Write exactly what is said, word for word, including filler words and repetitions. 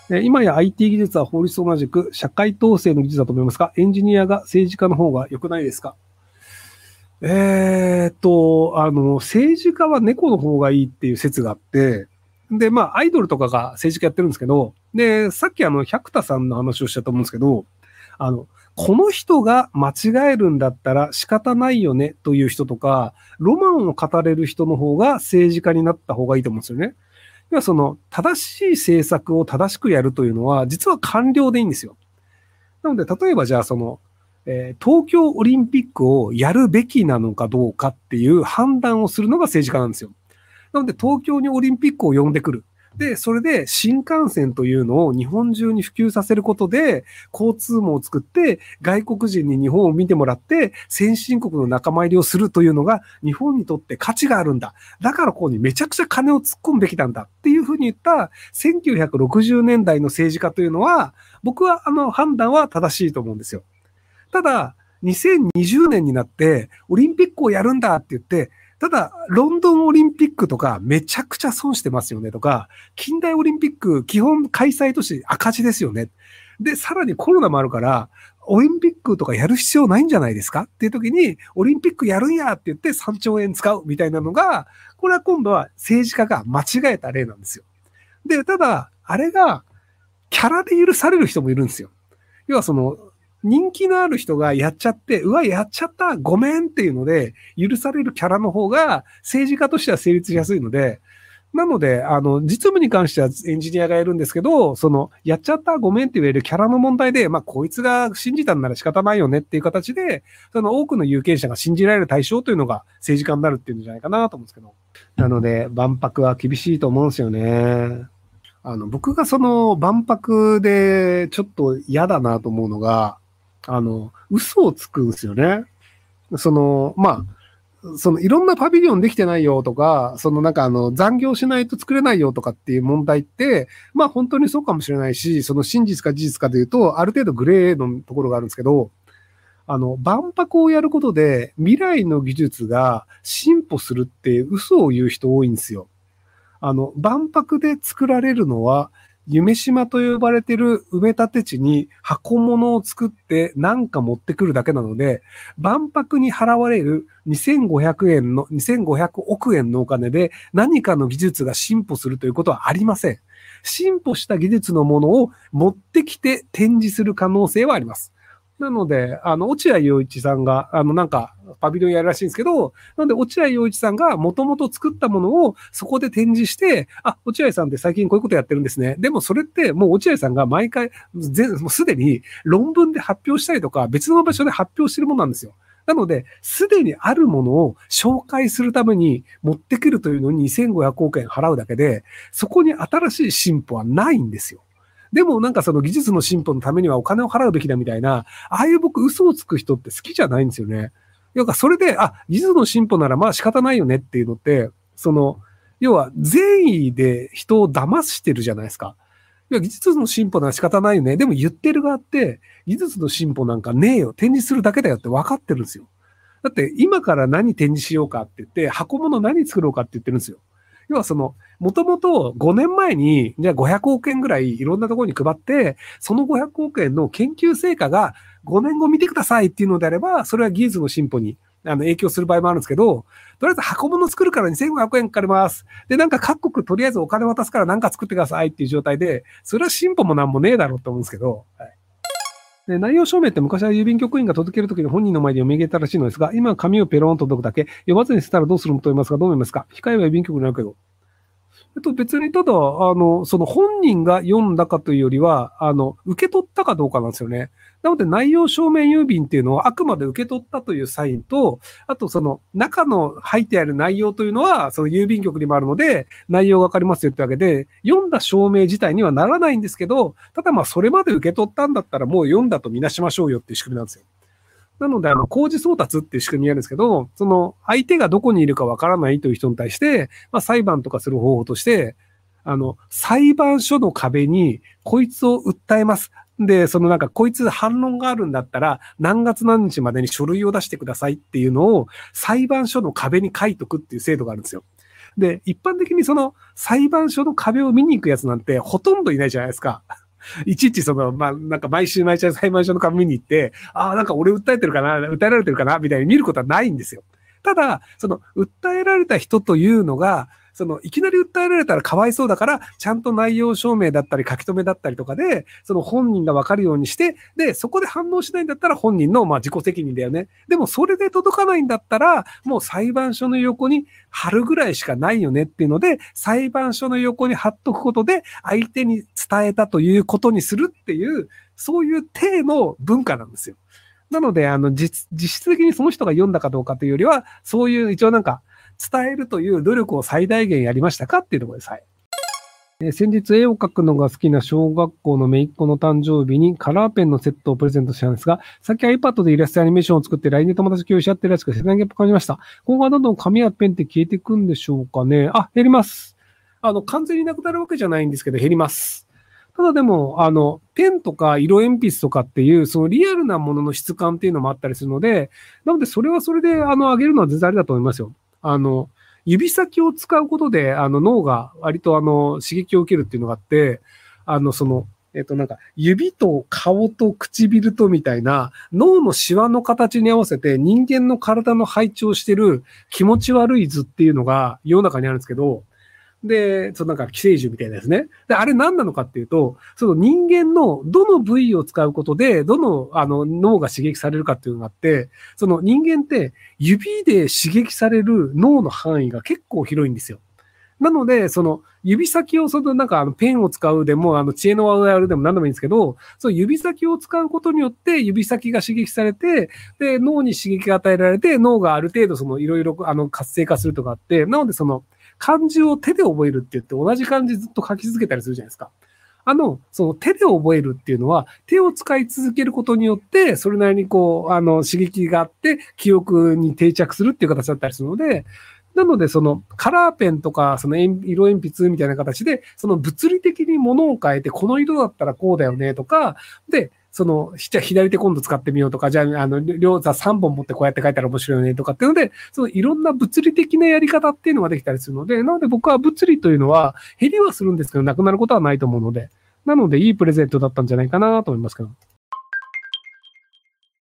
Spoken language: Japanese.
え今や アイティー 技術は法律と同じく社会統制の技術だと思いますが、エンジニアが政治家の方が良くないですか？えーっと、あの、政治家は猫の方がいいっていう説があって、で、まあ、アイドルとかが政治家やってるんですけど、で、さっきあの、百田さんの話をしたと思うんですけど、あの、この人が間違えるんだったら仕方ないよねという人とか、ロマンを語れる人の方が政治家になった方がいいと思うんですよね。要はその、正しい政策を正しくやるというのは、実は官僚でいいんですよ。なので、例えばじゃあその、えー東京オリンピックをやるべきなのかどうかっていう判断をするのが政治家なんですよ。なので、東京にオリンピックを呼んでくる。で、それで新幹線というのを日本中に普及させることで、交通網を作って、外国人に日本を見てもらって、先進国の仲間入りをするというのが、日本にとって価値があるんだ。だからここにめちゃくちゃ金を突っ込むべきなんだっていうふうに言った、せんきゅうひゃくろくじゅうねんだいの政治家というのは、僕はあの判断は正しいと思うんですよ。ただ、にせんにじゅうねんになって、オリンピックをやるんだって言って、ただ、ロンドンオリンピックとかめちゃくちゃ損してますよねとか、近代オリンピック基本開催都市赤字ですよね。で、さらにコロナもあるから、オリンピックとかやる必要ないんじゃないですかっていう時に、オリンピックやるんやって言ってさんちょうえん使うみたいなのが、これは今度は政治家が間違えた例なんですよ。で、ただ、あれがキャラで許される人もいるんですよ。要はその、人気のある人がやっちゃって、うわ、やっちゃった、ごめんっていうので、許されるキャラの方が政治家としては成立しやすいので、なので、あの、実務に関してはエンジニアがやるんですけど、その、やっちゃった、ごめんって言えるキャラの問題で、まあ、こいつが信じたんなら仕方ないよねっていう形で、その多くの有権者が信じられる対象というのが政治家になるっていうんじゃないかなと思うんですけど。なので、万博は厳しいと思うんですよね。あの、僕がその万博でちょっと嫌だなと思うのが、あの、嘘をつくんですよね。その、まあ、そのいろんなパビリオンできてないよとか、そのなんかあの残業しないと作れないよとかっていう問題って、まあ本当にそうかもしれないし、その真実か事実かでいうと、ある程度グレーのところがあるんですけど、あの、万博をやることで未来の技術が進歩するって嘘を言う人多いんですよ。あの、万博で作られるのは、夢島と呼ばれている埋め立て地に箱物を作って何か持ってくるだけなので、万博に払われるにせんごひゃくえんの、にせんごひゃくおくえんのお金で何かの技術が進歩するということはありません。進歩した技術のものを持ってきて展示する可能性はあります。なので、あの、落合陽一さんが、あの、なんか、パビリオンやるらしいんですけど、なので、落合陽一さんがもともと作ったものをそこで展示して、あ、落合さんって最近こういうことやってるんですね。でもそれってもう落合さんが毎回、もうすでに論文で発表したりとか、別の場所で発表してるものなんですよ。なので、すでにあるものを紹介するために持ってくるというのににせんごひゃくおくえん払うだけで、そこに新しい進歩はないんですよ。でもなんかその技術の進歩のためにはお金を払うべきだみたいな、ああいう僕嘘をつく人って好きじゃないんですよね。要はそれで、あ、技術の進歩ならまあ仕方ないよねっていうのって、その、要は善意で人を騙してるじゃないですか。いや、技術の進歩なら仕方ないよね。でも言ってる側って、技術の進歩なんかねえよ。展示するだけだよって分かってるんですよ。だって今から何展示しようかって言って、箱物何作ろうかって言ってるんですよ。要はその、もともとごねんまえに、じゃあごひゃくおくえんぐらいいろんなところに配って、そのごひゃくおくえんの研究成果がごねんご見てくださいっていうのであれば、それは技術の進歩にあの影響する場合もあるんですけど、とりあえず箱物作るからにせんごひゃくえんかかります。で、なんか各国とりあえずお金渡すからなんか作ってくださいっていう状態で、それは進歩もなんもねえだろうと思うんですけど、はい。で、内容証明って昔は郵便局員が届けるときに本人の前で読み上げたらしいのですが、今は紙をペロンと届くだけ、読まずに捨てたらどうすると思いますか？どう思いますか？控えは郵便局になるけど。えっと、別にただ、あの、その本人が読んだかというよりは、あの、受け取ったかどうかなんですよね。なので、内容証明郵便っていうのはあくまで受け取ったというサインと、あとその中の入ってある内容というのは、その郵便局にもあるので、内容がわかりますよってわけで、読んだ証明自体にはならないんですけど、ただまあ、それまで受け取ったんだったらもう読んだとみなしましょうよっていう仕組みなんですよ。なので、あの、工事送達っていう仕組みやるんですけど、その、相手がどこにいるかわからないという人に対して、まあ、裁判とかする方法として、あの、裁判所の壁に、こいつを訴えます。で、そのなんか、こいつ反論があるんだったら、何月何日までに書類を出してくださいっていうのを、裁判所の壁に書いとくっていう制度があるんですよ。 で、一般的にその裁判所の壁を見に行くやつなんてほとんどいないじゃないですか。いちいちその、まあ、なんか毎週毎週裁判所の壁見に行って、ああ、なんか俺訴えてるかな、訴えられてるかな、みたいに見ることはないんですよ。ただ、その、訴えられた人というのが、その、いきなり訴えられたらかわいそうだから、ちゃんと内容証明だったり書き留めだったりとかで、その本人がわかるようにして、で、そこで反応しないんだったら本人の、まあ、自己責任だよね。でも、それで届かないんだったら、もう裁判所の横に貼るぐらいしかないよねっていうので、裁判所の横に貼っとくことで、相手に伝えたということにするっていう、そういう体の文化なんですよ。なので、あの、実、実質的にその人が読んだかどうかというよりは、そういう一応なんか、伝えるという努力を最大限やりましたかっていうところです。はい。え先日絵を描くのが好きな小学校の姪っ子の誕生日にカラーペンのセットをプレゼントしたんですが、さっき iPad でイラストアニメーションを作って ライン で友達と共有し合ってるやつが世代ギャップ感じました。今後はどんどん紙やペンって消えていくんでしょうかね。あ、減ります。あの、完全になくなるわけじゃないんですけど、減ります。ただでも、あの、ペンとか色鉛筆とかっていう、そのリアルなものの質感っていうのもあったりするので、なのでそれはそれで、あの、上げるのは全然ありだと思いますよ。あの、指先を使うことで、あの、脳が割とあの、刺激を受けるっていうのがあって、あの、その、えっと、なんか、指と顔と唇とみたいな、脳のシワの形に合わせて人間の体の配置をしてる気持ち悪い図っていうのが世の中にあるんですけど、で、そのなんか寄生獣みたいなですね。で、あれ何なのかっていうと、その人間のどの部位を使うことで、どのあの脳が刺激されるかっていうのがあって、その人間って指で刺激される脳の範囲が結構広いんですよ。なので、その指先をそのなんかあのペンを使うでも、あの知恵の輪をやるでも何でもいいんですけど、その指先を使うことによって指先が刺激されて、で、脳に刺激が与えられて、脳がある程度そのいろいろあの活性化するとかあって、なのでその漢字を手で覚えるって言って同じ漢字ずっと書き続けたりするじゃないですか。あの、その手で覚えるっていうのは、手を使い続けることによって、それなりにこう、あの、刺激があって、記憶に定着するっていう形だったりするので、なので、そのカラーペンとか、その色鉛筆みたいな形で、その物理的に物を変えて、この色だったらこうだよねとか、で、その、じゃあ左手今度使ってみようとか、じゃあ、あの、両座さんぼん持ってこうやって書いたら面白いよねとかっていうので、そのいろんな物理的なやり方っていうのができたりするので、なので僕は物理というのは減りはするんですけど、なくなることはないと思うので、なのでいいプレゼントだったんじゃないかなと思いますけど。